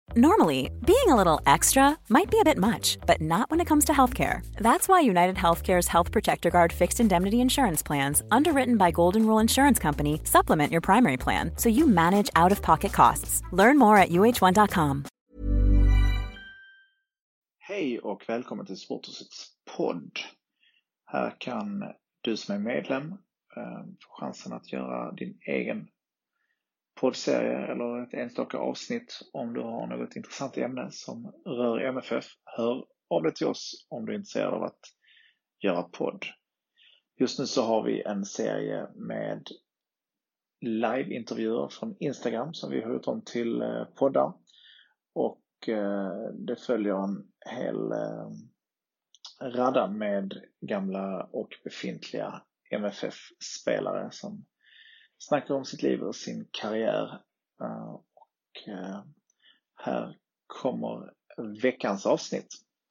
Normally, being a little extra might be a bit much, but not when it comes to healthcare. That's why United Healthcare's Health Protector Guard fixed indemnity insurance plans, underwritten by Golden Rule Insurance Company, supplement your primary plan so you manage out-of-pocket costs. Learn more at uh1.com. Hej och välkommen till Sporthusets podd. Här kan du som är medlem få chansen att göra din egen poddserie eller ett enstaka avsnitt om du har något intressant ämne som rör MFF. Hör av dig till oss om du är intresserad av att göra podd. Just nu så har vi en serie med live-intervjuer från Instagram som vi har gjort om till poddar. Och det följer en hel radda med gamla och befintliga MFF-spelare som snackar om sitt liv och sin karriär. Och här kommer veckans avsnitt.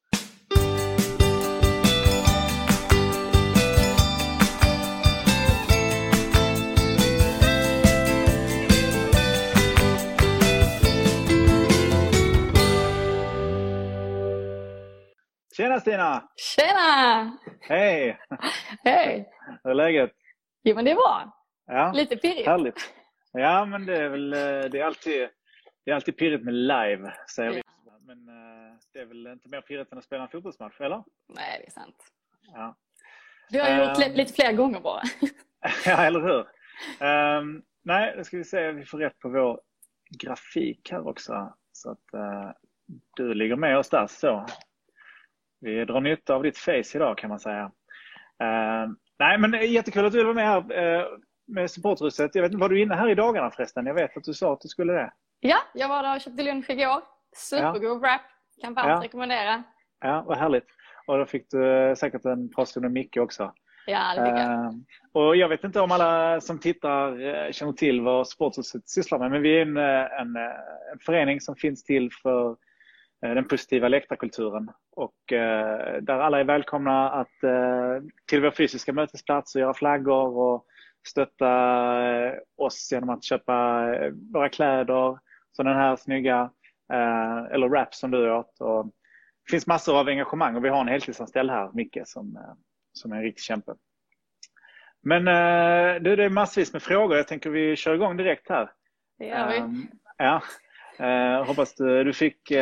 Tjena Stina! Tjena! Hej! Hej! Hur är läget? Jo, men det är bra. Ja, lite pirrigt. Härligt. Ja, men det är väl det är alltid pirrigt med live, säger vi. Men det är väl inte mer pirrigt än att spela en fotbollsmatch, eller? Nej, det är sant. Ja. Du har gjort lite fler gånger bara. Ja, eller hur? Nej, då ska vi se. Vi får rätt på vår grafik här också. Så att du ligger med oss där så. Vi drar nytta av ditt face idag kan man säga. Nej, men jättekul att du vill vara med här med Supporthuset. Jag vet inte, var du inne här i dagarna förresten? Jag vet att du sa att du skulle det. Ja, jag var där och köpte lunch igår. Supergod wrap. Kan varmt rekommendera. Ja, vad härligt. Och då fick du säkert en pratstund med Micke också. Ja, det fick jag. Och jag vet inte om alla som tittar känner till vad Supporthuset sysslar med. Men vi är en förening som finns till för den positiva läktarkulturen och där alla är välkomna att till vår fysiska mötesplats och göra flaggor och stötta oss genom att köpa våra kläder, så den här snygga eller wrap som du åt. Och det finns massor av engagemang och vi har en heltidsanställd här, Micke, som är en riktig kämpe. Men det är massvis med frågor. Jag tänker vi kör igång direkt här. Det gör vi. Ja. Hoppas du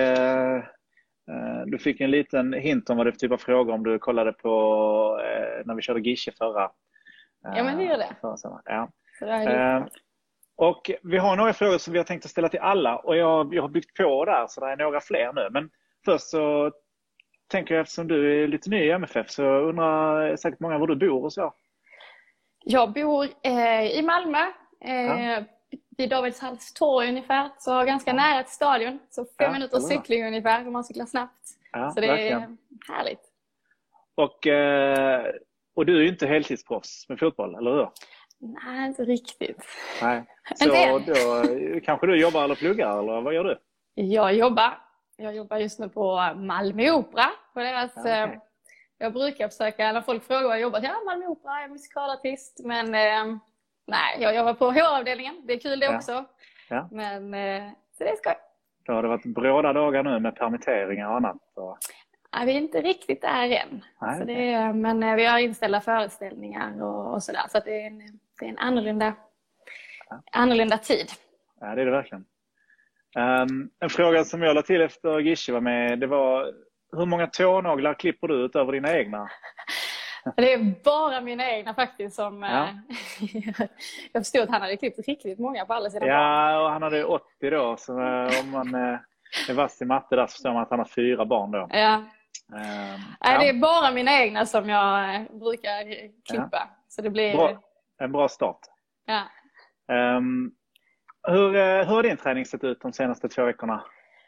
fick en liten hint om vad det är för typ av frågor om du kollade på när vi körde Gische förra. Ja, men det gör det. Ja. Så det är och vi har några frågor som vi har tänkt att ställa till alla och jag har byggt på där så det är några fler nu. Men först så tänker jag, eftersom du är lite ny i MFF så undrar säkert många var du bor och så. Jag bor i Malmö. Vid Davidshalls torg ungefär, så ganska nära till stadion. Så 5 minuters cykling ungefär om man cyklar snabbt. Ja, så det verkligen. är härligt. Och du är ju inte heltidsproffs med fotboll, eller hur? Nej, inte riktigt. Nej. Så då kanske du jobbar eller pluggar, eller vad gör du? Jag jobbar just nu på Malmö Opera. På deras, jag brukar försöka, när folk frågar vad jag jobbar, Malmö Opera, jag är musikalartist. Men nej, jag jobbar på HR-avdelningen. Det är kul det också. Ja. Men så det är skoj. Då har det varit bråda dagar nu med permitteringar och annat. Ja, vi är inte riktigt där än. Nej, så men vi har inställda föreställningar och sådär. Så att det är en annorlunda tid. Ja, det är det verkligen. En fråga som jag la till efter Gische var med, det var hur många tånaglar klipper du utöver dina egna? Det är bara mina egna faktiskt som... jag förstod att han hade klippt riktigt många på alla sina barn. Ja, och han hade 80 då. Så om man är vass i matte där så förstår man att han har 4 barn då. Ja. Det är bara mina egna som jag brukar klippa. Ja. Så det blir... En bra start. Ja. Hur har din träning sett ut de senaste 2 veckorna?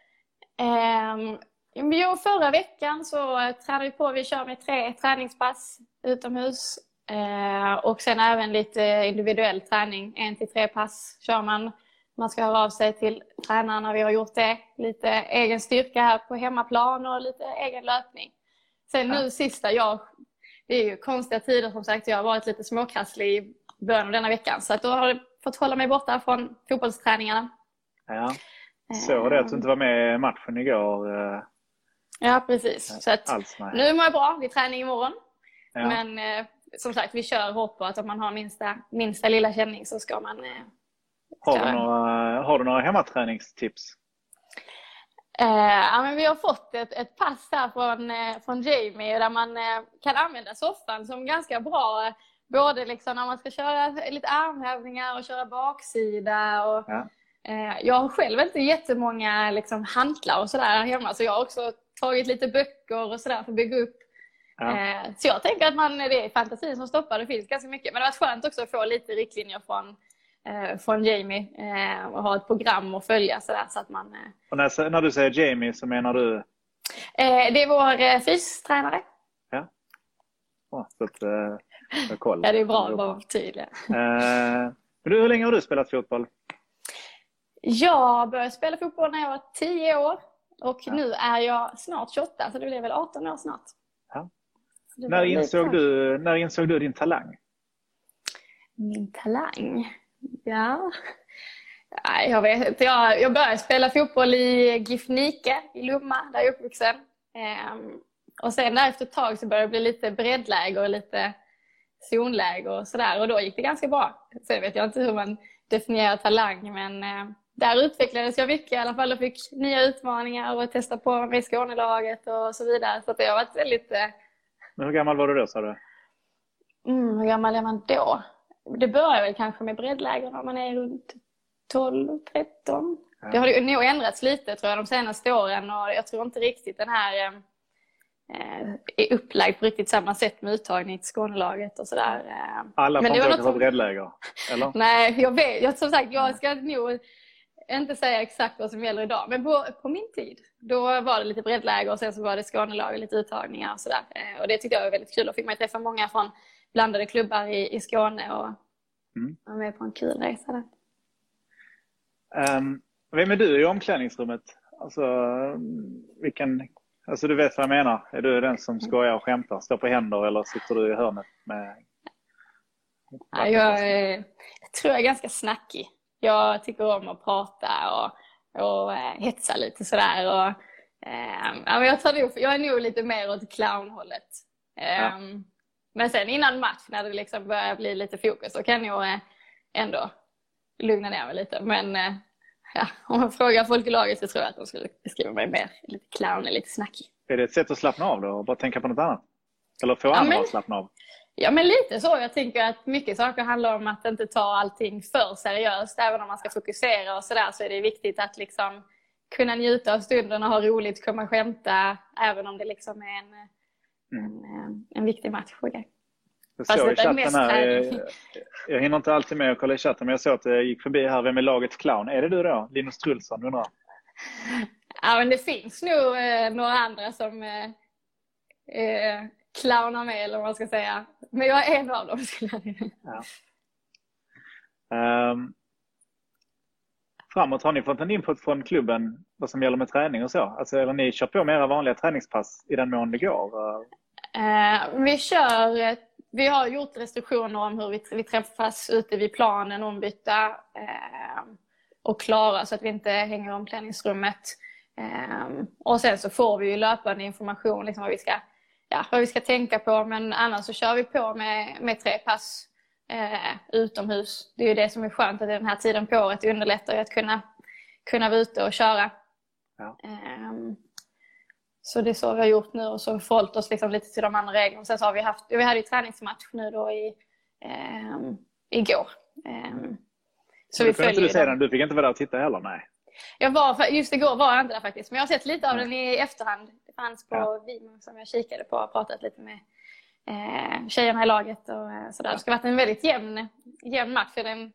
Förra veckan så tränade vi på. Vi kör med 3 träningspass utomhus. Och sen även lite individuell träning. 1-3 pass kör man. Man ska höra av sig till tränaren när vi har gjort det. Lite egen styrka här på hemmaplan och lite egen löpning. Sen nu sista, det är ju konstiga tider som sagt. Jag har varit lite småkrasslig i början av denna veckan. Så att då har jag fått hålla mig borta från fotbollsträningarna. Ja. Så det att du inte var med i matchen igår. Ja, precis. Så att nu mår jag bra. Vi tränar imorgon. Ja. Men som sagt, vi kör hårt på att om man har minsta lilla känning så ska man... Har du några hemmaträningstips? Ja, men vi har fått ett pass här från Jamie där man kan använda soffan som ganska bra. Både liksom när man ska köra lite armhävningar och köra baksida. Och, jag har själv inte jättemånga liksom, hantlar och sådär hemma. Så jag har också tagit lite böcker och sådär för att bygga upp. Ja. Så jag tänker att det är fantasin som stoppar. Det finns ganska mycket. Men det var skönt också att få lite riktlinjer från Jamie och ha ett program att följa sådär, så att man... Och när du säger Jamie så menar du? Det är vår fystränare. Ja. Så att jag kollar. Ja, det är bra att vara tydlig. Hur länge har du spelat fotboll? Jag började spela fotboll när jag var 10 år. Och nu är jag snart 28, så det blir väl 18 år snart. Ja. När insåg du din talang? Min talang? Ja, jag vet inte. Jag började spela fotboll i GIF Nike i Lomma, där jag är uppvuxen. Och sen där efter ett tag så började det bli lite breddläge och lite zonläge och sådär. Och då gick det ganska bra. Sen vet jag inte hur man definierar talang, men där utvecklades jag mycket i alla fall och fick nya utmaningar och testa på mig i Skånelaget och så vidare. Så att det har varit väldigt... Men hur gammal var du då, sa du? Hur gammal är man då? Det börjar väl kanske med breddläger när man är runt 12-13. Ja. Det har ju nog ändrats lite tror jag de senaste åren, och jag tror inte riktigt den här är upplagd på riktigt samma sätt med uttagning till Skånelaget och sådär. Alla får inte åka på breddläger, eller? Nej, jag vet. Som sagt, jag ska nog inte säga exakt vad som gäller idag. Men på min tid, då var det lite breddläger och sen så var det Skånelag och lite uttagningar och sådär. Och det tyckte jag var väldigt kul. Och fick man träffa många från blandade klubbar i Skåne och var med på en kul resa där. Vem är du i omklädningsrummet? Alltså du vet vad jag menar. Är du den som skojar och skämtar, står på händer, eller sitter du i hörnet med... Ja, jag tror jag är ganska snackig. Jag tycker om att prata och hetsa lite sådär. Och, men jag är nog lite mer åt clownhållet. Men sen innan match, när det liksom börjar bli lite fokus, så kan jag ändå lugna ner mig lite. Men om man frågar folk i laget så tror jag att de skulle beskriva mig mer lite clown, lite snackig. Är det ett sätt att slappna av då och bara tänka på något annat? Eller få andra att slappna av? Ja, men lite så. Jag tänker att mycket saker handlar om att inte ta allting för seriöst. Även om man ska fokusera och sådär, så är det viktigt att liksom kunna njuta av stunden och ha roligt, komma och skämta. Även om det liksom är en viktig match för det. Jag hinner inte alltid med att kolla i chatten, men jag såg att det gick förbi här. Vem är lagets clown? Är det du då? Linus Trulsson, undrar? Ja, men det finns nog några andra som clownar med, eller vad man ska säga. Men jag är en av dem. Ja. Framåt, har ni fått en input från klubben vad som gäller med träning och så? Alltså, eller ni kör på med era vanliga träningspass i den mån det går? Vi har gjort restriktioner om hur vi träffas ute vid planen, ombytta och klara, så att vi inte hänger omklädningsrummet. Och sen så får vi ju löpande information liksom vad vi ska tänka på. Men annars så kör vi på med 3 pass utomhus. Det är ju det som är skönt, att den här tiden på året underlättar att kunna vara ute och köra. Ja. Så det är så vi har gjort nu, och så förhållit oss liksom lite till de andra reglerna. Sen så har vi hade ju träningsmatch nu då igår. Så vi följer inte du fick inte vara där och titta heller, nej. Just igår var jag inte där faktiskt, men jag har sett lite av den i efterhand. Det fanns på Vimeo som jag kikade på och pratat lite med tjejerna i laget och sådär. Det ska ha varit en väldigt jämn match för den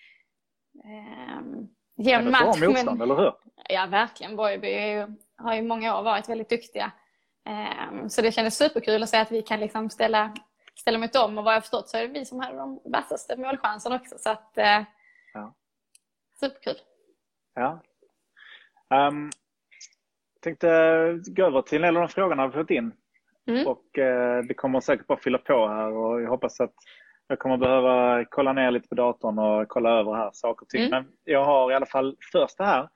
jämn match. Motstånd, eller hur? Ja, verkligen. Borgby har ju många år varit väldigt duktiga. Så det kändes superkul att säga att vi kan liksom ställa mot dem. Och vad jag förstått så är det vi som hade de vassaste målchanserna också. Så att, superkul. Ja. Tänkte gå över till en del av de frågorna vi fått in. Och vi kommer säkert bara fylla på här, och jag hoppas att jag kommer behöva kolla ner lite på datorn och kolla över här saker och ting. Men jag har i alla fall första här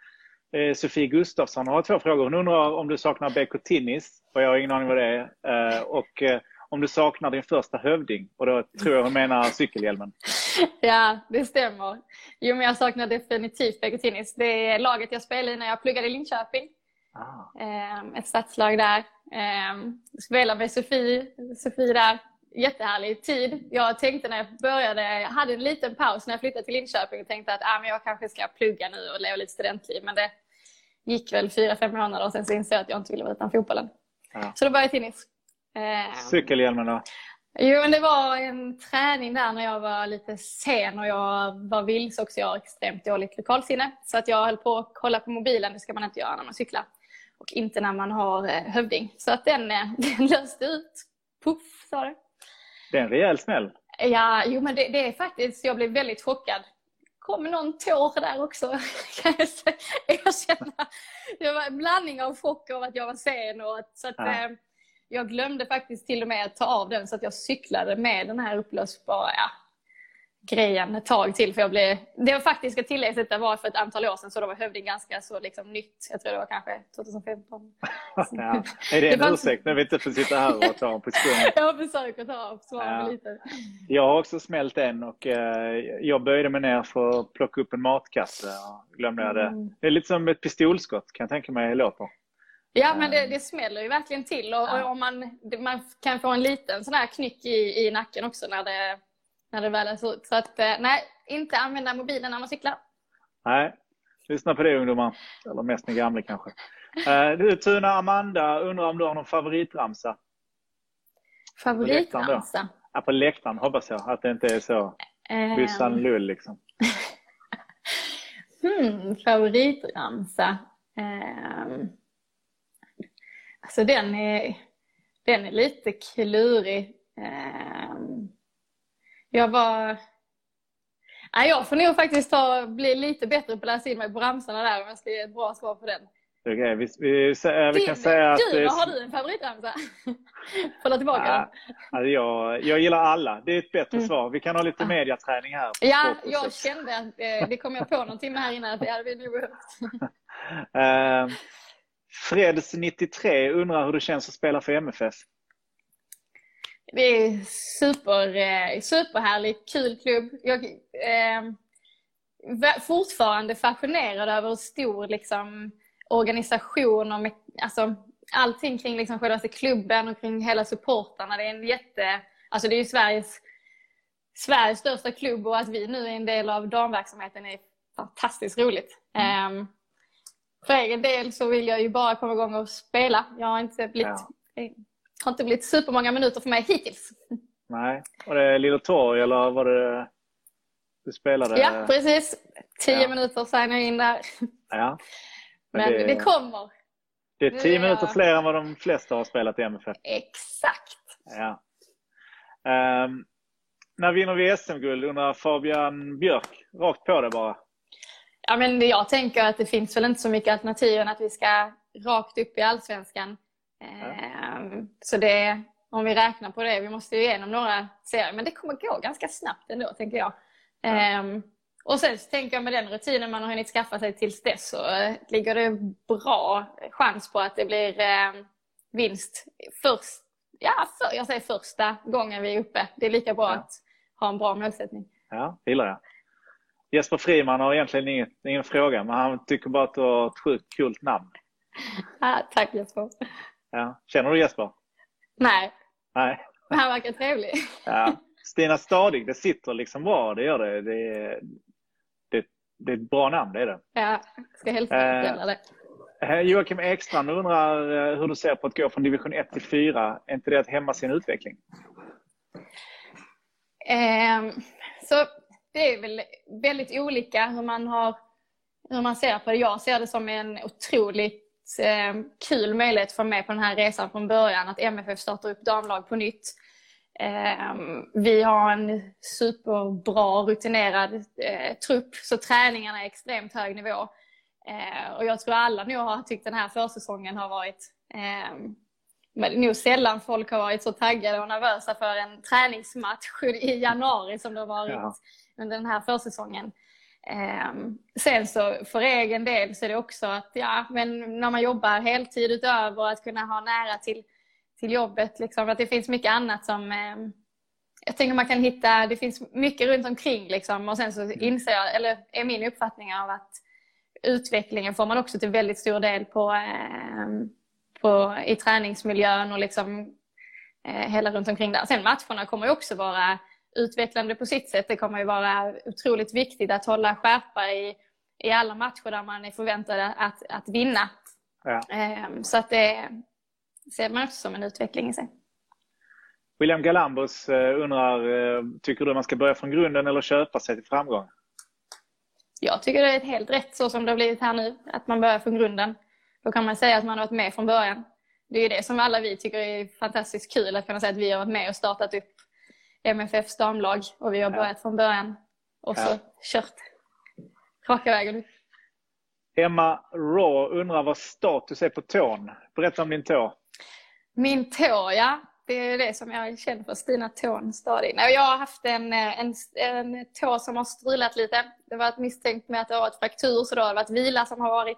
Sofie Gustafsson har 2 frågor. Hon undrar om du saknar BK Tennis, och jag har ingen aning vad det är. Och om du saknar din första hövding. Och då tror jag hon menar cykelhjälmen. Ja, det stämmer. Jo, men jag saknar definitivt BK Tennis. Det är laget jag spelade i när jag pluggade i Linköping. Ett stadslag där. Spelade med Sofie där. Jättehärlig tid. Jag tänkte när jag började, jag hade en liten paus när jag flyttade till Linköping och tänkte att men jag kanske ska plugga nu och leva lite studentliv. Men det gick väl 4-5 månader och sen så insåg jag att jag inte ville vara utan fotbollen. Ja. Så då började jag tennis. Cykelhjälmen då? Jo, men det var en träning där när jag var lite sen och jag var vilse också. Jag har extremt dåligt lokalsinne. Så att jag höll på att kolla på mobilen. Det ska man inte göra när man cyklar. Och inte när man har hövding. Så att den löste ut. Puff, sa det. Det är en rejäl smäll. Ja, jo, men det är faktiskt, jag blev väldigt chockad. Kom någon tår där också, kan jag erkänna. Det var en blandning av chock av att jag var sen. Så att, jag glömde faktiskt till och med att ta av den, så att jag cyklade med den här upplösbara grejen ett tag till. För det var faktiskt, ska tilläggas att det var för ett antal år sedan, så då var hövding ganska så liksom nytt. Jag tror det var kanske 2015. Ja. Är det en ursäkt när vi inte får sitta här och ta på skolan? Jag försöker svara lite. Jag har också smält en och jag böjde mig ner för att plocka upp en matkasse och glömde jag det. Det är lite som ett pistolskott, kan jag tänka mig låter. Ja, men det smäller ju verkligen till. Och man kan få en liten sån här knyck i nacken också när det väl är så. Så att, nej, inte använda mobilen när man cyklar. Nej, lyssna på det ungdomar. Eller mest ni gamla kanske. Du, Tuna Amanda undrar om du har någon favoritramsa. Favoritramsa? Ja, på läktaren hoppas jag. Att det inte är så byssan lull liksom. Favoritramsa. Alltså den är lite klurig. Jag får nog faktiskt bli lite bättre på att läsa in mig på ramsarna där, om jag ska ge ett bra svar på den. Okej, vi kan säga att... Har du en favoritramsa? Får jag tillbaka den? Jag gillar alla. Det är ett bättre svar. Vi kan ha lite mediaträning här. Ja, jag kände att det kom jag på någon timme här innan att det hade vi nog behövt. Freds 93 undrar hur det känns att spela för MFF. Det är superhärlig, kul klubb. Jag fortfarande fascinerad över hur stor liksom, organisation och alltså, allting kring liksom, själva klubben och kring hela supportarna. Det är det är ju Sveriges största klubb, och att vi nu är en del av damverksamheten är fantastiskt roligt. För egen del så vill jag ju bara komma igång och spela. Jag har inte blivit supermånga minuter för mig hittills. Nej, var det Lilla Torg eller var det du spelade? Ja, precis. 10 minuter signade jag in där. Ja. Men det kommer. Det är 10 minuter fler än vad de flesta har spelat i MFF. Exakt. Ja. När vinner vi SM-guld undrar Fabian Björk. Rakt på det bara. Ja, men jag tänker att det finns väl inte så mycket alternativ än att vi ska rakt upp i Allsvenskan. Så om vi räknar på det, vi måste ju igenom några serier, men det kommer gå ganska snabbt ändå, tänker jag. Och sen så tänker jag med den rutinen man har hunnit skaffa sig tills dess, så ligger det bra chans på att det blir vinst jag säger första gången vi är uppe. Det är lika bra att ha en bra målsättning. Ja, det gillar jag. Jesper Friman har egentligen ingen fråga, men han tycker bara att du har ett sjukt kul namn. Tack Jesper. Ja. Känner du Jesper? Nej. Men han verkar trevlig. Ja. Stina Stadig, det sitter liksom bra, det gör det. Det är ett bra namn, det är det. Ja, ska hälsa det. Joakim Ekstrand undrar hur du ser på att gå från division 1 till 4. Är inte det att hämma sin utveckling? Så det är väl väldigt olika hur man ser på det. Jag ser det som en otroligt kul möjlighet för mig på den här resan från början, att MFF startar upp damlag på nytt. Vi har en superbra rutinerad trupp, så träningarna är extremt hög nivå. Och jag tror alla nu har tyckt den här försäsongen har varit men nog sällan folk har varit så taggade och nervösa för en träningsmatch i januari som det har varit under den här försäsongen. Sen så för egen del så är det också att men när man jobbar heltid utöver att kunna ha nära till jobbet liksom, att det finns mycket annat som jag tänker man kan hitta, det finns mycket runt omkring liksom, och sen så inser jag, eller är min uppfattning av att utvecklingen får man också till väldigt stor del i träningsmiljön och liksom hela runt omkring där. Sen matcherna kommer ju också vara utvecklande på sitt sätt. Det kommer ju vara otroligt viktigt att hålla skärpa i alla matcher där man är förväntad att vinna. Ja. Så att det ser man också som en utveckling i sig. William Galambos undrar, tycker du man ska börja från grunden eller köpa sig till framgång? Jag tycker det är ett helt rätt så som det har blivit här nu, att man börjar från grunden. Då kan man säga att man har varit med från början. Det är ju det som alla vi tycker är fantastiskt kul, att kunna säga att vi har varit med och startat upp MFFs damlag och vi har börjat från början och så kört raka vägen. Emma Raw undrar vad status är på tån. Berätta om din tå. Min tå, ja. Det är det som jag känner för, Stina tån stadig. Jag har haft en tå som har strulat lite. Det var ett misstänkt med att det har varit fraktur, så då har det varit vila som har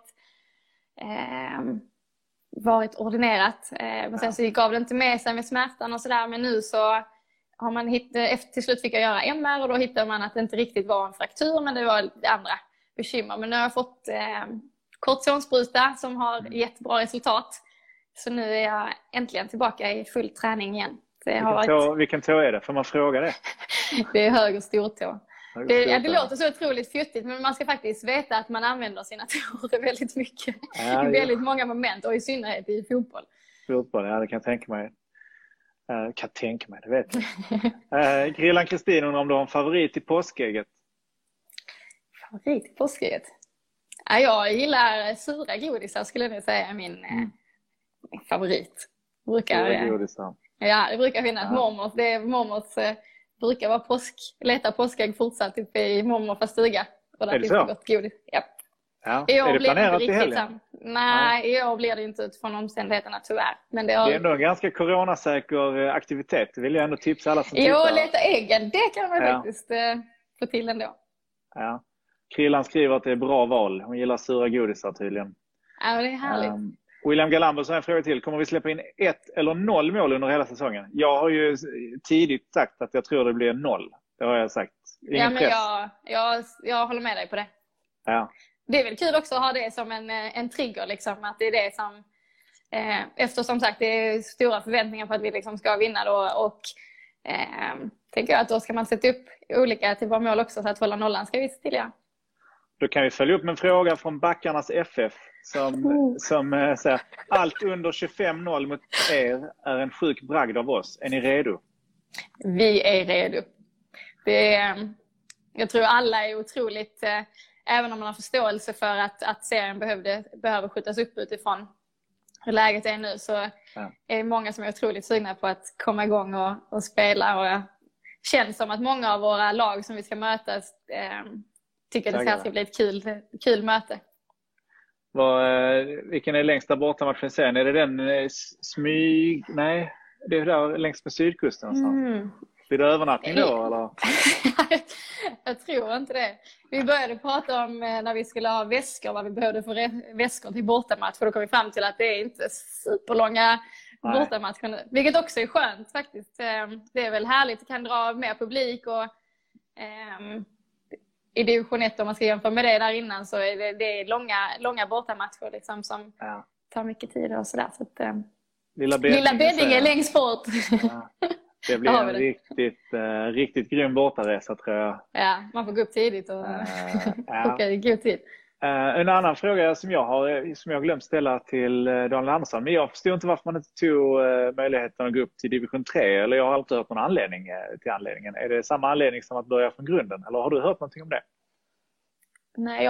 varit ordinerat. Men sen så gav det inte med sig med smärtan och sådär. Men nu så har man till slut fick jag göra MR och då hittade man att det inte riktigt var en fraktur, men det var andra bekymmer. Men nu har jag fått kortisonspruta som har gett bra resultat. Så nu är jag äntligen tillbaka i full träning igen. Vilken tå är det? Får man fråga det? Det är höger stortå. Det låter så otroligt fjuttigt, men man ska faktiskt veta att man använder sina tår väldigt mycket. I väldigt många moment, och i synnerhet i fotboll. Fotboll, ja, det kan jag tänka mig. Det vet jag. Grillan Kristin undrar om du har en favorit i påskägget. Favorit i påskägget? Ja, jag gillar sura godisar, skulle jag säga min favorit. Sura godisar. Ja, det brukar finnas mormors brukar vara leta påskägg fortsatt uppe i mormors stuga. Och där finns det gott godis. Ja. Ja. Är det planerat i helgen? Nej, i år blir det inte utifrån omständigheterna tyvärr. Men det är ändå en ganska coronasäker aktivitet. Det vill jag ändå tipsa alla som tittar. Jo, leta äggen, det kan man faktiskt få till ändå. Ja. Krillan skriver att det är bra val. Hon gillar sura godisar tydligen. Ja, det är härligt. William Galambos har en fråga till. Kommer vi släppa in 1 eller 0 mål under hela säsongen? Jag har ju tidigt sagt att jag tror det blir 0. Det har jag sagt. Ingen press. Jag håller med dig på det. Ja. Det är väl kul också att ha det som en trigger. Liksom, att det är det som, efter som sagt det är stora förväntningar på att vi liksom ska vinna då, och tänker jag att då ska man sätta upp olika typer av mål också, så att hålla nollan ska vi se till. Ja. Då kan vi följa upp med en fråga från Backarnas FF som säger: allt under 25-0 mot er är en sjuk bragd av oss. Är ni redo? Vi är redo. Jag tror alla är otroligt, även om man har förståelse för att serien behöver skjutas upp utifrån hur läget är nu, så är det många som är otroligt sugna på att komma igång och spela. Och det känns som att många av våra lag som vi ska mötas tycker att det ska bli ett kul möte. Vilken är längsta bortamatchen sen? Är det den Smyg? Nej, det är där längs med sydkusten. Blir det övernattning då? Eller? Jag tror inte det. Vi började prata om när vi skulle ha väskor, vad vi behövde för väskor till bortamatch. För då kom vi fram till att det är inte superlånga bortamatcher. Vilket också är skönt faktiskt. Det är väl härligt att kan dra mer publik. Och i division 1, om man ska jämföra med det där innan, så är det långa bortamatcher liksom, som tar mycket tid och sådär. Så att, Lilla Beddinge längst bort. Ja. Det blir en riktigt grym bortaresa, tror jag. Ja, man får gå upp tidigt och åka i god tid. En annan fråga som jag har glömt ställa till Daniel Andersson. Men jag förstår inte varför man inte tog möjligheten att gå upp till division 3. Eller jag har inte hört någon anledning till anledningen. Är det samma anledning som att börja från grunden? Eller har du hört någonting om det? Nej,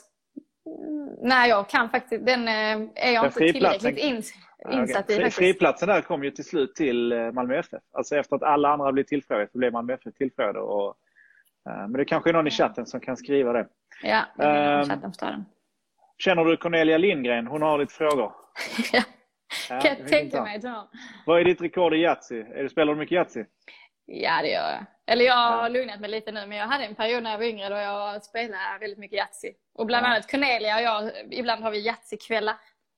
jag kan faktiskt. Den är jag inte tillräckligt insatt i. Friplatsen där kom ju till slut till Malmö FF. Alltså efter att alla andra blev tillfrågade så blev Malmö FF tillfrågade. Men det kanske är någon i chatten som kan skriva det. Ja, det är någon i chatten förstår den. Känner du Cornelia Lindgren? Hon har lite frågor. Kan jag tänka mig. Vad är ditt rekord i Yatzy? Spelar du mycket Yatzy? Ja, det gör jag. Eller jag har lugnat mig lite nu, men jag hade en period när jag var yngre då jag spelade väldigt mycket Yatzy. Och bland annat Cornelia och jag, ibland har vi Yatzy-kvällar.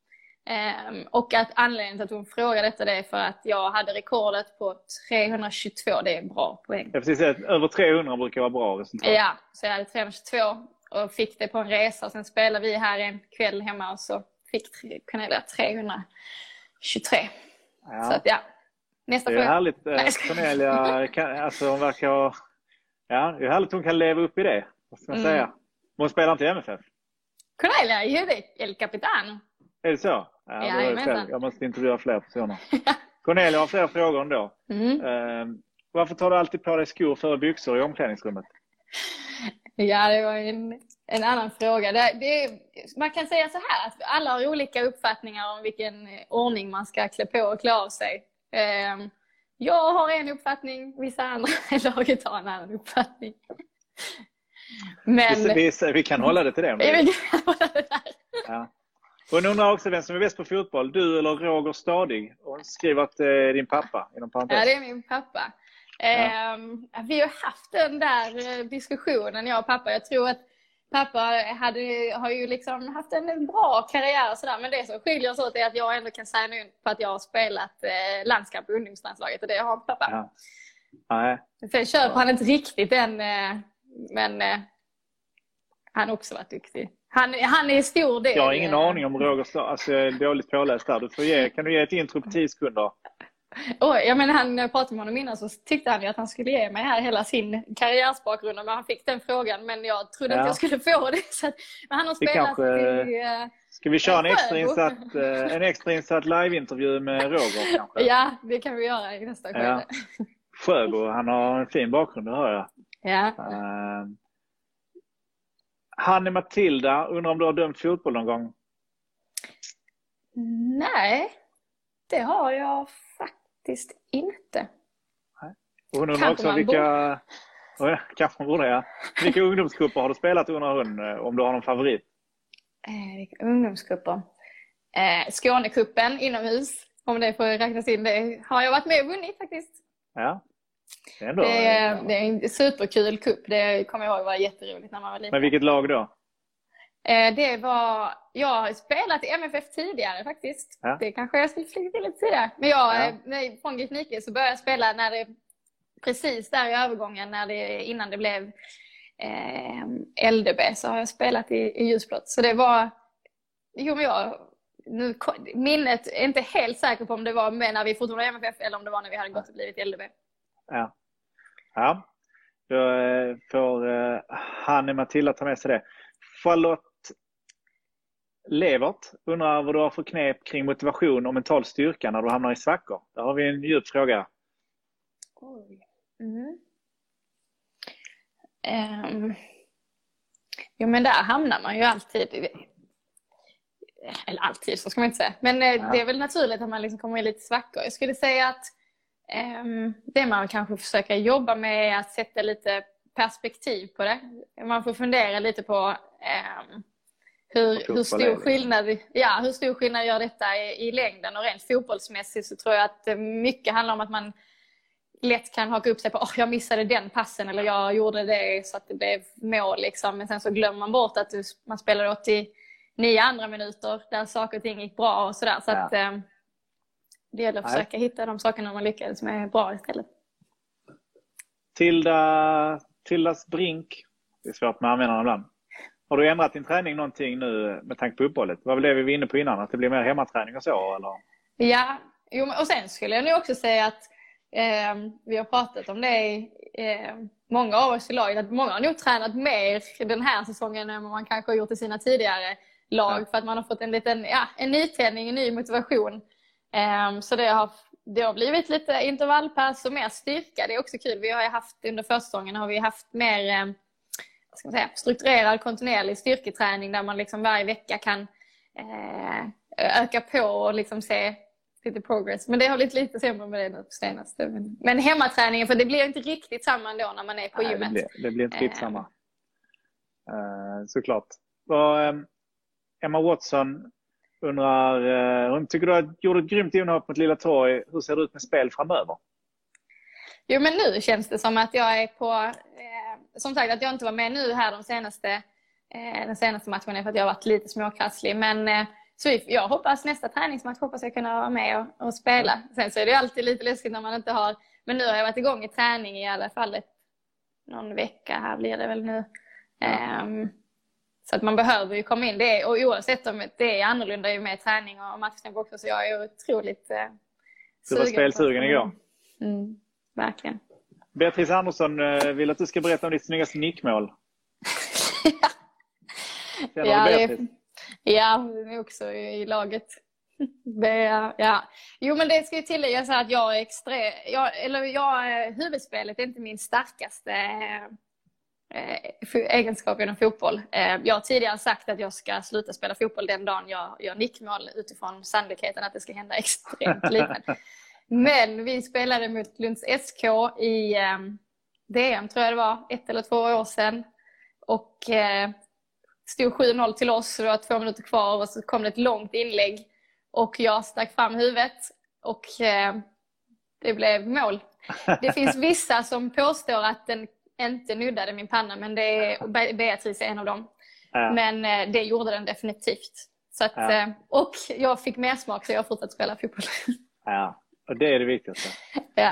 Och att anledningen till att hon frågade detta, det är för att jag hade rekordet på 322. Det är en bra poäng. Jag precis säga, över 300 brukar vara bra resultat. Ja, så jag hade 322 och fick det på en resa. Sen spelade vi här en kväll hemma och så fick Cornelia 323. Ja. Så att ja, nästa fråga. Det är härligt. Cornelia, alltså hon verkar ha... Ja, det är härligt att hon kan leva upp i det. Vad ska man säga? Hon spelar inte i MFF. Cornelia är ju El Capitano. Är det så? Ja, jag måste intervjua fler personer. Cornelia har fler frågor ändå. Varför tar du alltid på dig skor före byxor i omklädningsrummet? Ja, det var en annan fråga. Man kan säga så här att alla har olika uppfattningar om vilken ordning man ska klä på och klä av sig. Jag har en uppfattning, vissa andra i laget har en annan uppfattning. Men vi kan hålla det till det. Vi kan hålla det där. Ja. Och hon undrar också vem som är bäst på fotboll, du eller Roger Stadig. Och hon skriver att det är din pappa. Inom parentes. Ja, det är min pappa. Vi har haft den där diskussionen, jag och pappa. Jag tror att pappa har ju liksom haft en bra karriär och sådär. Men det som skiljer oss åt är att jag ändå kan säga nu på att jag har spelat landskamp i ungdomslandslaget. Och det har pappa. Ja. Sen köper han inte riktigt än. Men han har också varit duktig. Han är stor del. Jag har ingen aning om Roger Stadig. Alltså jag är dåligt påläst där. Kan du ge ett intro på 10 sekunder? Han pratade med honom innan, så tyckte han ju att han skulle ge mig här hela sin karriärsbakgrund, men han fick den frågan, men jag trodde att jag skulle få det. Så att, men han har spelat ska vi köra en extrainsatt liveintervju med Roger kanske? Ja, det kan vi göra i nästa skede. Sjöbo, han har en fin bakgrund, det hör jag. Ja. Hanne Matilda, undrar om du har dömt fotboll någon gång? Nej, det har jag faktiskt inte. Och hon undrar också kanske man borde, ja. Vilka ungdomsgrupper har du spelat, undrar hon, om du har någon favorit? Vilka ungdomsgrupper? Skånekuppen inomhus, om det får räknas in, det har jag varit med och vunnit faktiskt. Ja. Det är en superkul kupp. Det kommer jag ihåg var jätteroligt när man var liten. Men vilket lag då? Jag har spelat i MFF tidigare faktiskt. Ja. Det kanske jag skulle flyga till lite tidigare. Men från Gifnike så började jag spela precis där i övergången innan det blev LDB, så har jag spelat i ljusblått. Så det var minnet är inte helt säker på om det var med när vi fortfarande var MFF eller om det var när vi hade gått och blivit LDB. Ja. Då får Hanne Matilda ta med sig det. Charlotte Levert undrar vad du har för knep kring motivation och mental styrka när du hamnar i svackor. Där har vi en djup fråga. Men där hamnar man ju alltid. Eller alltid, så ska man inte säga. Men det är väl naturligt att man liksom kommer i lite svackor. Jag skulle säga att det man kanske försöker jobba med är att sätta lite perspektiv på det. Man får fundera lite på hur stor skillnad gör detta i längden. Och rent fotbollsmässigt så tror jag att mycket handlar om att man lätt kan haka upp sig på jag missade den passen eller jag gjorde det så att det blev mål liksom. Men sen så glömmer man bort att man spelade 89 andra minuter där saker och ting gick bra och sådär. Så att det gäller att försöka hitta de sakerna man lyckades som är bra istället. Tildas Brink. Det är svårt med användarna ibland. Har du ändrat din träning någonting nu med tanke på uppehållet? Vad var det vi var inne på innan? Att det blir mer hemmaträning och så? Eller? Ja, och sen skulle jag nu också säga att vi har pratat om det i många av oss i laget. Att många har nog tränat mer den här säsongen än man kanske har gjort i sina tidigare lag. För att man har fått en nytändning, en ny motivation. Så det har blivit lite intervallpass och mer styrka. Det är också kul. Vi har haft under försäsongen har vi haft mer strukturerad kontinuerlig styrketräning där man liksom varje vecka kan öka på och liksom se lite progress. Men det har blivit lite sämre med det nu på senaste. Men hemmaträningen, för det blir inte riktigt samma ändå när man är på gymmet. Det blir inte riktigt samma. Såklart. Emma Watson undrar, hon tycker du gjorde ett grymt inhopp mot Lilla Torg. Hur ser det ut med spel framöver? Jo, men nu känns det som att jag är på... som sagt, att jag inte var med nu här den senaste matchen är för att jag har varit lite småkrasslig. Men så jag hoppas nästa träningsmatch hoppas jag kunna vara med och spela. Sen så är det alltid lite läskigt när man inte har... Men nu har jag varit igång i träning i alla fall någon vecka här blir det väl nu. Så att man behöver ju komma in. Och oavsett om det är annorlunda ju med träning och matchtempo också. Så jag är otroligt Du var spelsugen igår. Verkligen. Beatrice Andersson vill att du ska berätta om ditt snyggaste nickmål. Ja, hon är också i laget. Ja. Jo, men det ska ju tilläggas att jag är huvudspelet är inte min starkaste egenskap inom fotboll. Jag har tidigare sagt att jag ska sluta spela fotboll den dagen jag gör nickmål utifrån sannolikheten att det ska hända extremt lite. Men vi spelade mot Lunds SK i DM tror jag det var 1 eller 2 år sedan. Och stod 7-0 till oss, det var 2 minuter kvar och så kom det ett långt inlägg. Och jag stack fram huvudet och det blev mål. Det finns vissa som påstår att den inte nuddade min panna, men Beatrice är en av dem. Ja. Men det gjorde den definitivt. Så att, och jag fick mer smak så jag har fortsatt spela fotboll. Ja, och det är det viktigaste. Ja.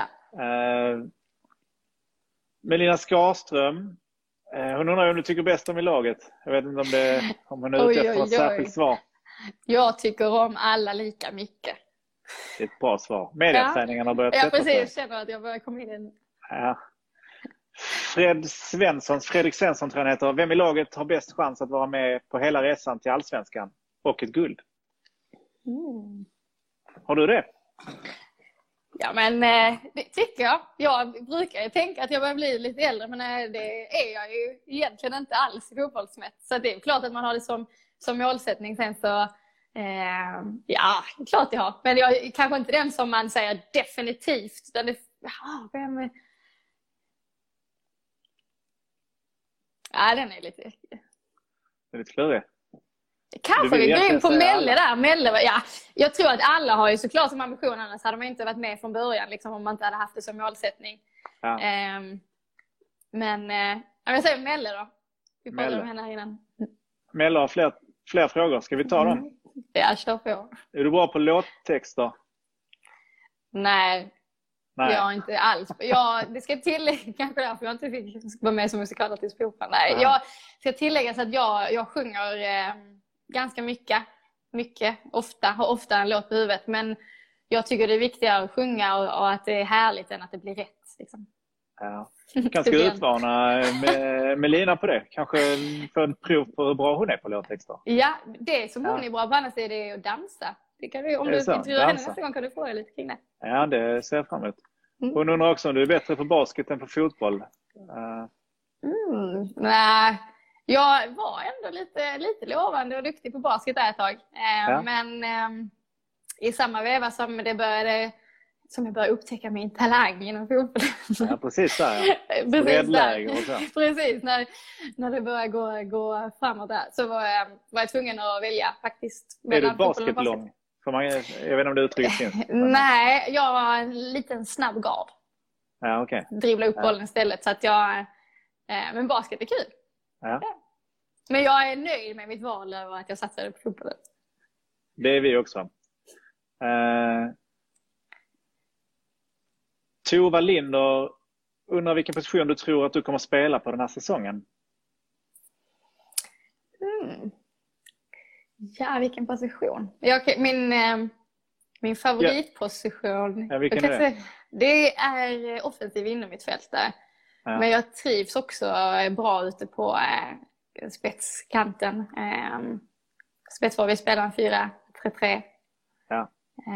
Melina Skarström, hon undrar om du tycker bäst om i laget. Jag vet inte om hon är ute efter ett särskilt svar. Jag tycker om alla lika mycket. Det är ett bra svar. Mediaträningarna har börjat sätta sig. Ja, precis. Jag känner att jag börjar komma in i den. Ja. Fredrik Svensson tror jag heter. Vem i laget har bäst chans att vara med på hela resan till Allsvenskan och ett guld? Har du det? Ja, men det tycker jag. Jag brukar ju tänka att jag börjar bli lite äldre, men det är jag ju egentligen inte alls i fotbollsmätt. Så det är klart att man har det som målsättning. Sen så, ja, klart jag har. Men jag är kanske inte den som man säger definitivt. Vem... Ja, den är lite... Det är lite klurig. Kanske vi går in på Melle där. Melle, ja. Jag tror att alla har ju såklart som ambition, annars hade man inte varit med från början liksom, om man inte hade haft det som målsättning. Ja. Men jag säger Melle då. Vi pratade om henne här innan. Melle har fler frågor. Ska vi ta dem? Ja, kör på. Är du bra på låttexter? Nej. Jag är inte alls. Det ska tillägga kanske därför jag inte fick vara med som musikalartist på Operan. Nej, jag ska tillägga så att jag sjunger ganska mycket, har ofta en låt på huvudet. Men jag tycker det är viktigare att sjunga och att det är härligt än att det blir rätt. Liksom. Ja. Kanske utmana med Lina på det. Kanske för en prov på hur bra hon är på låttexter. Ja, det som hon är bra på annars är det att dansa. Det kan du, om du intervjuar henne nästa gång kan du få det lite kring det. Ja, det ser jag fram emot. Hon undrar också om du är bättre på basket än på fotboll. Nej, jag var ändå lite lovande och duktig på basket där ett tag. Men i samma veva som jag började upptäcka min talang inom fotbollen. Ja, precis där. Breddläge och så. Precis, när det började gå framåt där så var jag tvungen att välja faktiskt. Är du basketlång? Jag vet inte om det uttrycket finns. Nej, jag var en liten snabb gard. Ja, okej. Dribbla upp bollen istället. Så att men basket är kul. Ja. Men jag är nöjd med mitt val över att jag satsade på fotbollen. Det är vi också. Tova Linder undrar vilken position du tror att du kommer spela på den här säsongen. Ja, vilken position? Min favoritposition. Ja, vilken är det? Det är offensiv inom mitt fält där. Ja. Men jag trivs också bra ute på spetskanten. Spetsvar vi spelar en 4-3-3. Ja.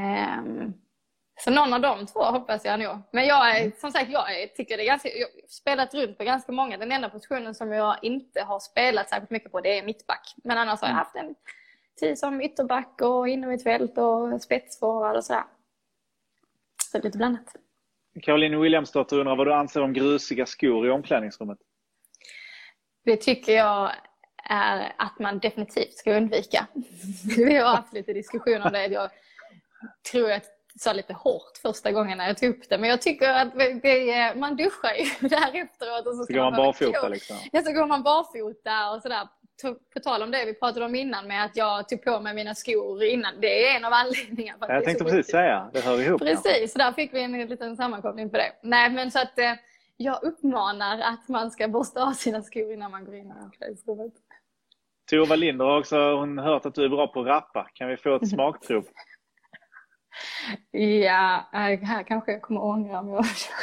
Så någon av de två hoppas jag nog. Men jag tycker det är ganska... Jag har spelat runt på ganska många. Den enda positionen som jag inte har spelat särskilt mycket på det är mittback. Men annars har jag haft en tid som ytterback och inom ett fält och spetsforward och sådär. Så det är lite blandat. Caroline Williamsdotter undrar vad du anser om grusiga skor i omklädningsrummet. Det tycker jag är att man definitivt ska undvika. Vi har haft lite diskussion om det. Jag tror att sa lite hårt första gången när jag tog upp det. Men jag tycker att man duschar ju där efteråt. Och så går man barfota liksom. Ja, så går man barfota och sådär. På tal om det vi pratade om innan med att jag tog på mig mina skor innan. Det är en av anledningarna. Jag tänkte precis säga, det hör ihop. Precis, så där fick vi en liten sammankoppling på det. Nej, men så att jag uppmanar att man ska borsta av sina skor innan man går in i omklädningsrummet. Tova Linder har också hon hört att du är bra på att rappa. Kan vi få ett smakprov? Ja, här kanske jag kommer ångra om jag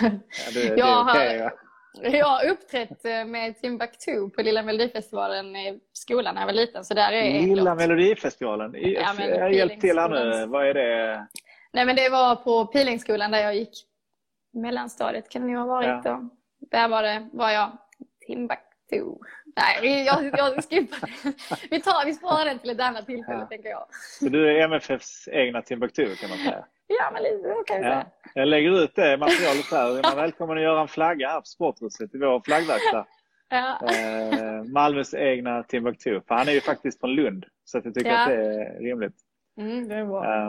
Jag har uppträtt med Timbuktu på Lilla Melodifestivalen i skolan när jag var liten. Så där är Lilla Melodifestivalen? Jag hjälpt till här nu. Vad är det? Nej, men det var på Pilingskolan där jag gick mellanstadiet. Kan det ju ha varit då? Där var jag Timbuktu. Nej, jag skippar. Vi sparar den till ett annat tillfälle, tänker jag. Så du är MFFs egna Timbuktu, kan man säga? Ja, men lite kan jag säga. Jag lägger ut det materialet här. Man är välkommen att göra en flagga här på Sporthuset i vår flaggverkstad. Ja. Malmös egna Timbuktu. För han är ju faktiskt från Lund. Så att jag tycker att det är rimligt. Det är bra.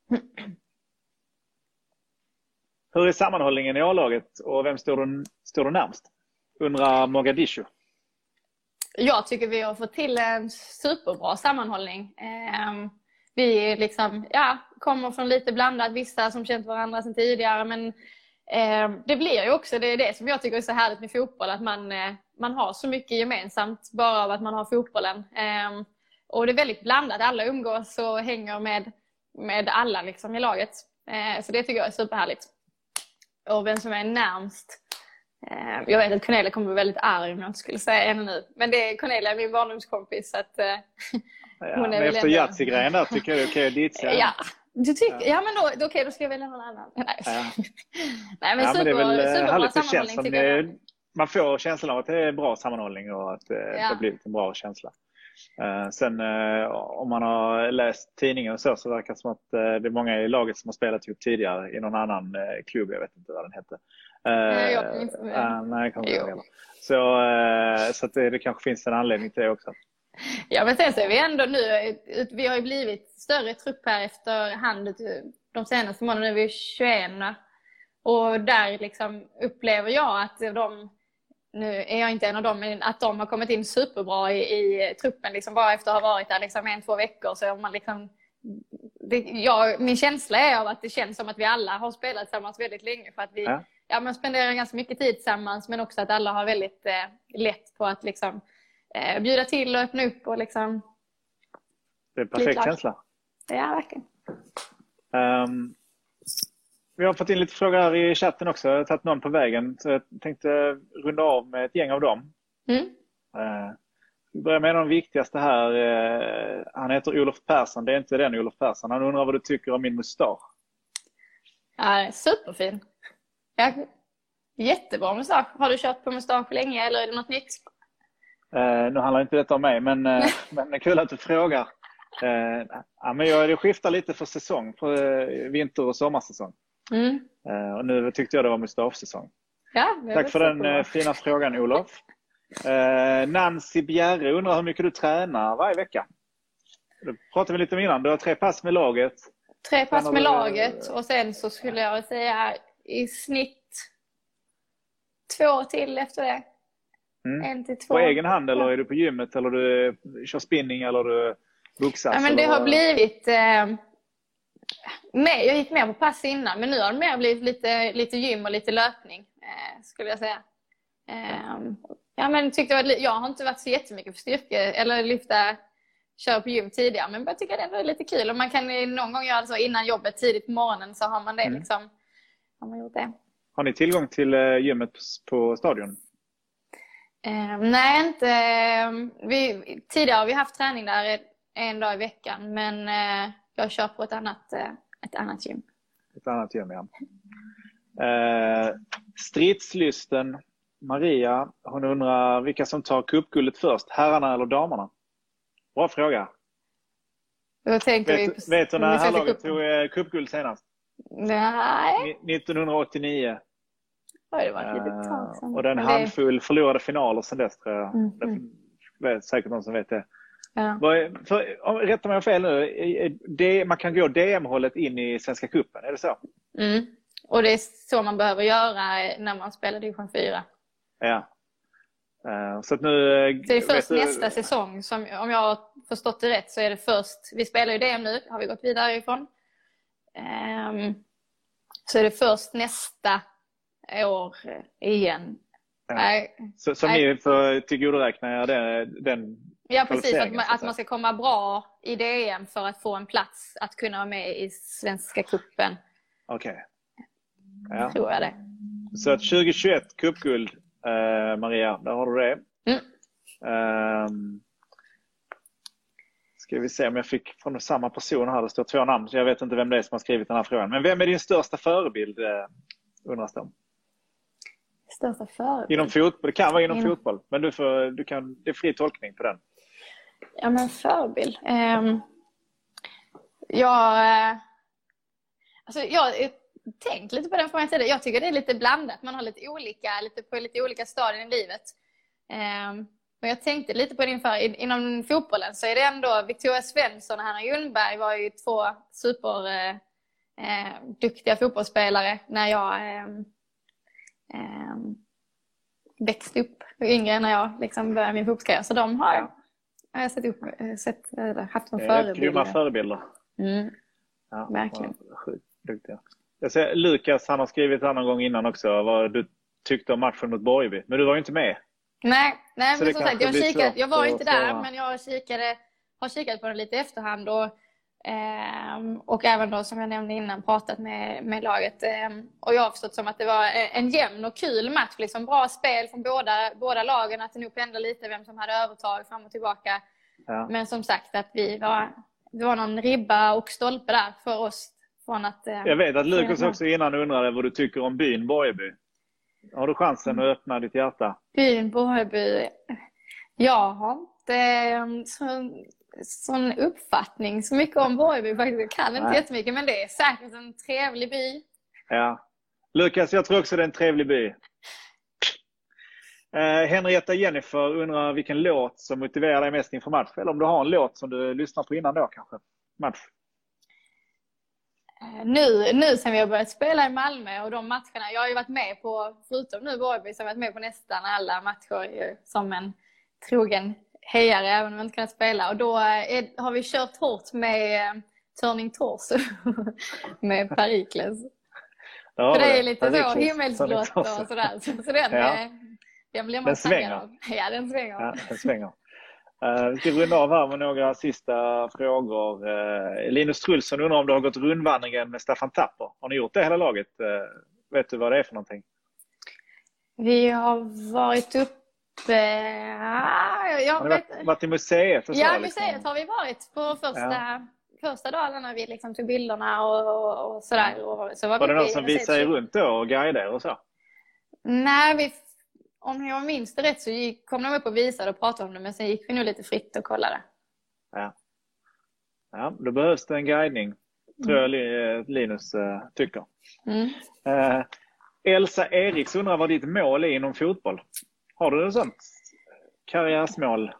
Hur är sammanhållningen i A-laget och vem står du närmst? Undrar Mogadishu. Jag tycker vi har fått till en superbra sammanhållning. Vi liksom, kommer från lite blandat, vissa som känt varandra sedan tidigare, men det blir ju också, det är det som jag tycker är så härligt med fotboll, att man har så mycket gemensamt bara av att man har fotbollen. Och det är väldigt blandat, alla umgås och hänger med alla liksom i laget. Så det tycker jag är superhärligt. Och vem som är närmst, jag vet att Cornelia kommer bli väldigt arg om jag inte skulle säga ännu nu. Men Cornelia är min barndomskompis, så att hon är men väl efter Yatzy-grejen där tycker jag det är okej att dit säga. Ja, du tycker, ja men då okej, då ska jag välja någon annan. Nej, Nej men men det är väl superbra sammanhållning tycker jag. Man får känslan av att det är bra sammanhållning och att det har blivit en bra känsla. Sen om man har läst tidningen och så verkar det som att det är många i laget som har spelat ihop tidigare i någon annan klubb, jag vet inte vad den hette. Nej, jag kan inte nej, kan inte heller. Så att det kanske finns en anledning till det också. Ja, men sen så är vi ändå nu, vi har ju blivit större trupp här efter hand de senaste månaderna, vi är 21. Och där liksom upplever jag att nu är jag inte en av dem, men att de har kommit in superbra i truppen liksom, bara efter att ha varit där liksom 1-2 veckor. Så man liksom, min känsla är av att det känns som att vi alla har spelat tillsammans väldigt länge, för att vi man spenderar ganska mycket tid tillsammans, men också att alla har väldigt lätt på att liksom bjuda till och öppna upp och liksom. Det är en perfekt känsla. Ja, verkligen. Vi har fått in lite frågor här i chatten också. Jag har tagit någon på vägen, så jag tänkte runda av med ett gäng av dem. Vi börjar med de viktigaste här. Han heter Olof Persson. Det är inte den Olof Persson. Han undrar vad du tycker om min mustasch. Ja, superfin. Ja, jättebra mustasch. Har du kört på mustasch länge eller är det något nytt? Nu handlar inte detta om mig, men det är kul att du frågar. Men det skiftar lite för säsong, för vinter- och sommarsäsong. Och nu tyckte jag det var mustaschsäsong. Ja, tack för den fina frågan, Olof. Nancy Bjerre undrar hur mycket du tränar varje vecka. Det pratade vi lite om innan. Du har 3 pass med laget. 3 pass med laget, och sen så skulle jag säga i snitt 2 till efter det. 1 till 2. På egen hand, eller är du på gymmet, eller du kör spinning, eller du boxas? Ja, men det har blivit jag gick mer på pass innan, men nu har det mer blivit lite gym och lite löpning, skulle jag säga. Men jag har inte varit så jättemycket för styrke eller köra på gym tidigare, men jag tycker det är lite kul, och man kan någon gång göra det så innan jobbet tidigt på morgonen, så har man det liksom, har man gjort det. Har ni tillgång till gymmet på stadion? Nej, inte. Tidigare har vi haft träning där 1 dag i veckan, men jag kör på ett annat gym. Ett annat gym, ja. Stridslysten Maria, hon undrar vilka som tar cupguldet först, herrarna eller damerna? Bra fråga. Då tänker vet du när herrlaget tog cupguld senast? Nej. 1989. Oj, det var ett litet tag sedan. Och den handfull förlorade finaler sedan dess, tror jag. Det är säkert någon som vet det. Ja. Rätta mig om jag har fel nu. Man kan gå DM-hållet in i Svenska cupen, är det så? Mm. Och det är så man behöver göra när man spelar division 4. Ja. Så att nu... Så det är först nästa säsong, som, om jag har förstått det rätt, så är det först... Vi spelar ju DM nu, har vi gått vidare ifrån. Så är det först nästa år igen. Ja. Så ni får tillgodoräkna den... Ja, precis. Att man ska komma bra i DM för att få en plats att kunna vara med i Svenska cupen. Okej. Ja. Tror jag det. Så att 2021 cupguld, Maria, där har du det. Ska vi se om jag fick från samma person här. Det står 2 namn, så jag vet inte vem det är som har skrivit den här frågan. Men vem är din största förebild, undras det om? Största förebild? Inom fotboll, det kan vara inom fotboll. Men det är fri tolkning på den. Ja, men förebild. Jag tänkt lite på den frågan tidigare. Jag tycker det är lite blandat. Man har lite olika stadier i livet. Men jag tänkte lite på det inför. Inom fotbollen så är det ändå Victoria Svensson och Hanna Ljungberg var ju 2 duktiga fotbollsspelare när jag växte upp. Yngre när jag liksom började min fotbollskarriär. Så de har jag haft som förebilder. Grymma förebilder. Ja, verkligen. Sjukt duktiga. Jag ser, Lukas, han har skrivit en annan gång innan också vad du tyckte om matchen mot Borgby. Men du var ju inte med. Nej, men som sagt, jag var inte där, så... men jag har kikat på den lite i efterhand och även då, som jag nämnde innan, pratat med laget. Och jag har förstått som att det var en jämn och kul match. Liksom bra spel från båda lagen, att det nog pendlade lite vem som hade övertag fram och tillbaka. Ja. Men som sagt, att det var någon ribba och stolpe där för oss. Från att, jag vet att Lukas också innan undrade vad du tycker om byn Borgby. Har du chansen att öppna ditt hjärta? Byn Borgby. Jag har inte sån uppfattning så mycket om Borgby. Jag kan inte jättemycket, men det är säkert en trevlig by. Ja. Lukas, jag tror också det är en trevlig by. Henrietta Jennifer undrar vilken låt som motiverar dig mest inför match. Eller om du har en låt som du lyssnar på innan då kanske. Match. Nu sen vi har börjat spela i Malmö och de matcherna, jag har ju varit med på, förutom nu Borgby, så har jag varit med på nästan alla matcher som en trogen hejare, även om jag inte kunnat spela. Och då har vi kört hårt med Turning Torso med Perikles. Ja, för det är lite så himmelsblått och sådär. Så den blir man taggad av. Ja, den svänger. Ja, den svänger. Vi ska runda av här med några sista frågor. Linus Trulsson undrar om du har gått rundvandringen med Staffan Tapper. Har ni gjort det hela laget? Vet du vad det är för någonting? Vi har varit uppe... Har ni varit i museet? Och så, ja, museet har vi varit på första dagen när vi liksom tog bilderna och sådär. Och så var det någon som visade runt då och guidade och så? Nej, om jag minns det rätt så kom de upp och visade och pratade om det, men sen gick vi nog lite fritt och kollade. Ja, då behövs det en guidning, tror jag Linus tycker. Elsa Eriks undrar vad ditt mål är inom fotboll. Har du något sånt? Karriärsmål?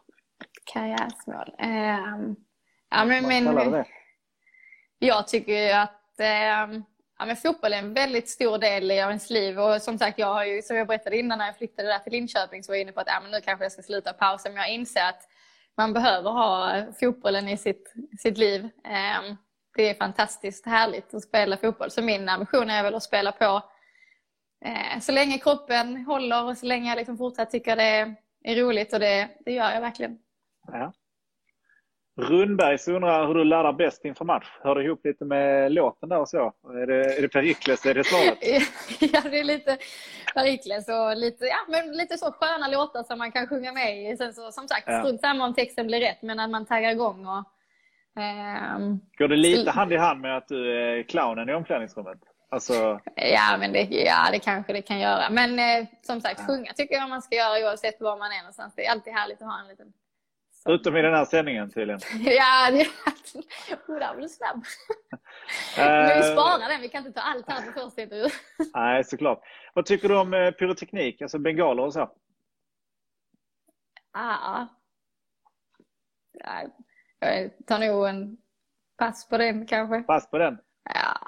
Ja, men jag tycker ju att men fotboll är en väldigt stor del av ens liv. Och som sagt, jag har ju, som jag berättade innan när jag flyttade där till Linköping, så var jag inne på att men nu kanske jag ska sluta pausa. Men jag inser att man behöver ha fotbollen i sitt liv. Det är fantastiskt härligt att spela fotboll. Så min ambition är väl att spela på så länge kroppen håller och så länge jag liksom fortsatt tycker det är roligt. Och det gör jag verkligen. Ja. Rundbergs undrar hur du laddar bäst inför match. Hör du ihop lite med låten där och så? Är det Perikles? Är det svaret? Ja, det är lite Perikles och lite så sköna låtar som man kan sjunga med i. Sen så, som sagt, strunt samma om texten blir rätt, men att man taggar igång. Går det lite hand i hand med att du är clownen i omklädningsrummet? Alltså... Ja, men det kanske det kan göra. Men som sagt, sjunga tycker jag man ska göra oavsett var man är någonstans. Det är alltid härligt att ha en liten... Utom i den här sändningen tydligen. Ja, det är väl snabb. Men vi sparar den, vi kan inte ta allt här på första intervju. Nej, såklart. Vad tycker du om pyroteknik, alltså bengaler och så? Jag tar nog en pass på den kanske. Pass på den? Ja.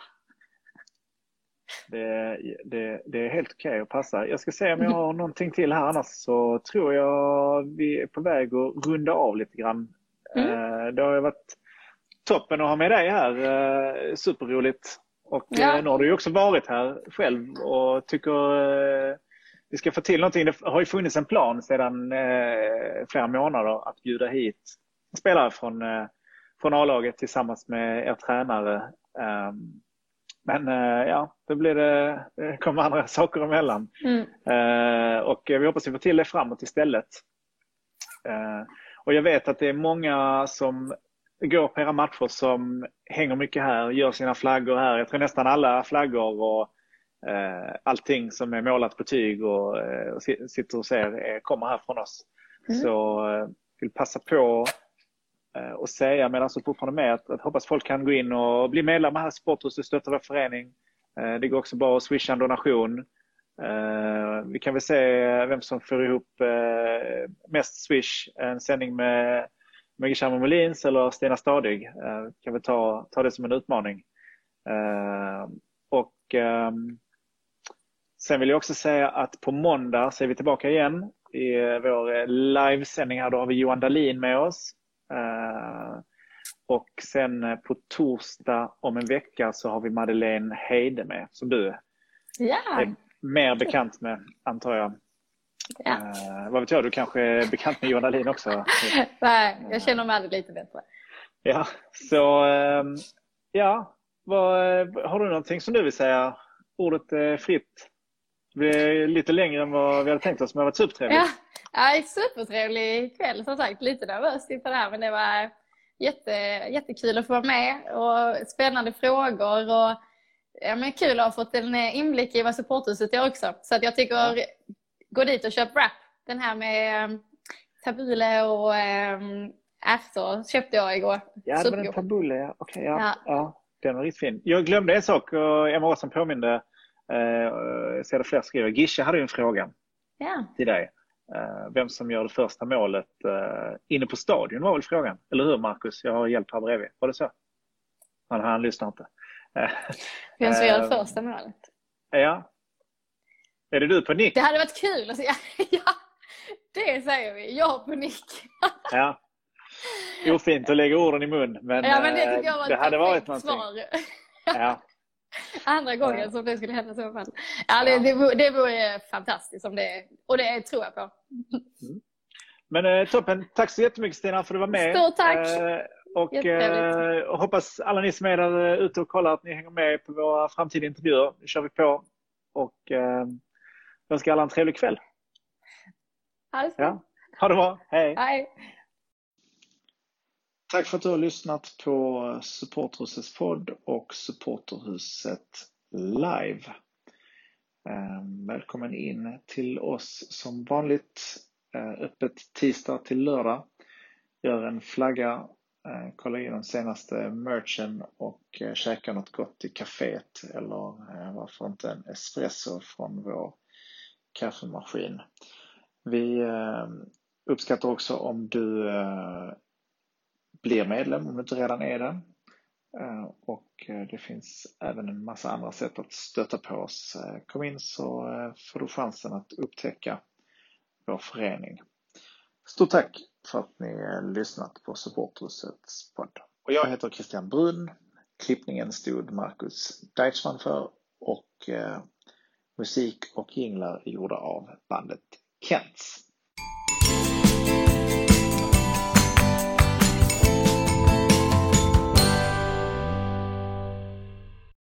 Det är helt okej att passa. Jag ska se om jag har någonting till här, annars så tror jag vi är på väg att runda av lite grann. Det har ju varit toppen att ha med dig här. Superroligt. Och nu har du ju också varit här själv och tycker vi ska få till någonting. Det har ju funnits en plan sedan flera månader att bjuda hit spelare från A-laget tillsammans med er tränare. Men det kommer andra saker emellan. Och vi hoppas vi får till det framåt istället. Och jag vet att det är många som går på era matcher som hänger mycket här, gör sina flaggor här. Jag tror nästan alla flaggor och allting som är målat på tyg och sitter och ser kommer här från oss. Så vill passa på och säga medan så fortfarande med att hoppas folk kan gå in och bli medlemmar här i Supporterhuset och stötta vår förening. Det går också bra att swisha en donation. Vi kan väl se vem som får ihop mest swish. En sändning med Guillermo Molins eller Stina Stadig. Kan vi ta det som en utmaning. Sen vill jag också säga att på måndag så är vi tillbaka igen i vår livesändning här. Då har vi Johan Dahlin med oss. Och sen på torsdag om en vecka så har vi Madeleine Heide med, som du är mer bekant med, antar jag. Vad vet jag, du kanske är bekant med Johan Dahlin också? Nej, jag känner mig lite bättre. Ja, så har du någonting som du vill säga? Ordet är fritt. Vi är lite längre än vad vi hade tänkt oss, men det har varit supertrevligt. Ja, supertrevlig kväll som sagt. Lite nervöst inför det här, men det var jättekul att få vara med och spännande frågor och men kul att ha fått en inblick i vad Supporterhuset är också. Så att jag tycker gå dit och köp wrap. Den här med tabule och ärtor köpte jag igår. Ja, det var en tabule. Okej, ja, den var riktigt fin. Jag glömde en sak och Emma Åsson påminde. Jag ser det fler skriver. Gisha hade ju en fråga till dig. Vem som gör det första målet inne på stadion var väl frågan. Eller hur, Marcus? Jag har hjälpt här bredvid. Var det så? Han lyssnar inte. Vem som gör det första målet? Ja. Är det du på nick? Det hade varit kul att säga. Ja, det säger vi. Jag på nick. Ja. Ofint att lägga orden i mun. Men, men det tycker jag var det hade varit någonting. Svar. Ja. Andra gången som det skulle hända så fall. Ja, det vore fantastiskt om det, och det tror jag på. Men toppen, tack så jättemycket Stina för att du var med. Stort tack. Och hoppas alla ni som är där ute och kollar att ni hänger med på våra framtida intervjuer. Nu kör vi på och önskar alla en trevlig kväll. Ha det bra, hej. Hej. Tack för att du har lyssnat på Supporterhusets podd och Supporterhuset live. Välkommen in till oss som vanligt. Öppet tisdag till lördag. Gör en flagga, kolla in den senaste merchen och käka något gott i kaféet. Eller varför inte en espresso från vår kaffemaskin. Vi uppskattar också om du blir medlem om du inte redan är det. Och det finns även en massa andra sätt att stötta på oss. Kom in så får du chansen att upptäcka vår förening. Stort tack för att ni lyssnat på Supporterhusets podd. Och jag heter Christian Brunn. Klippningen stod Marcus Deichmann för och musik och jinglar är gjorda av bandet Kents.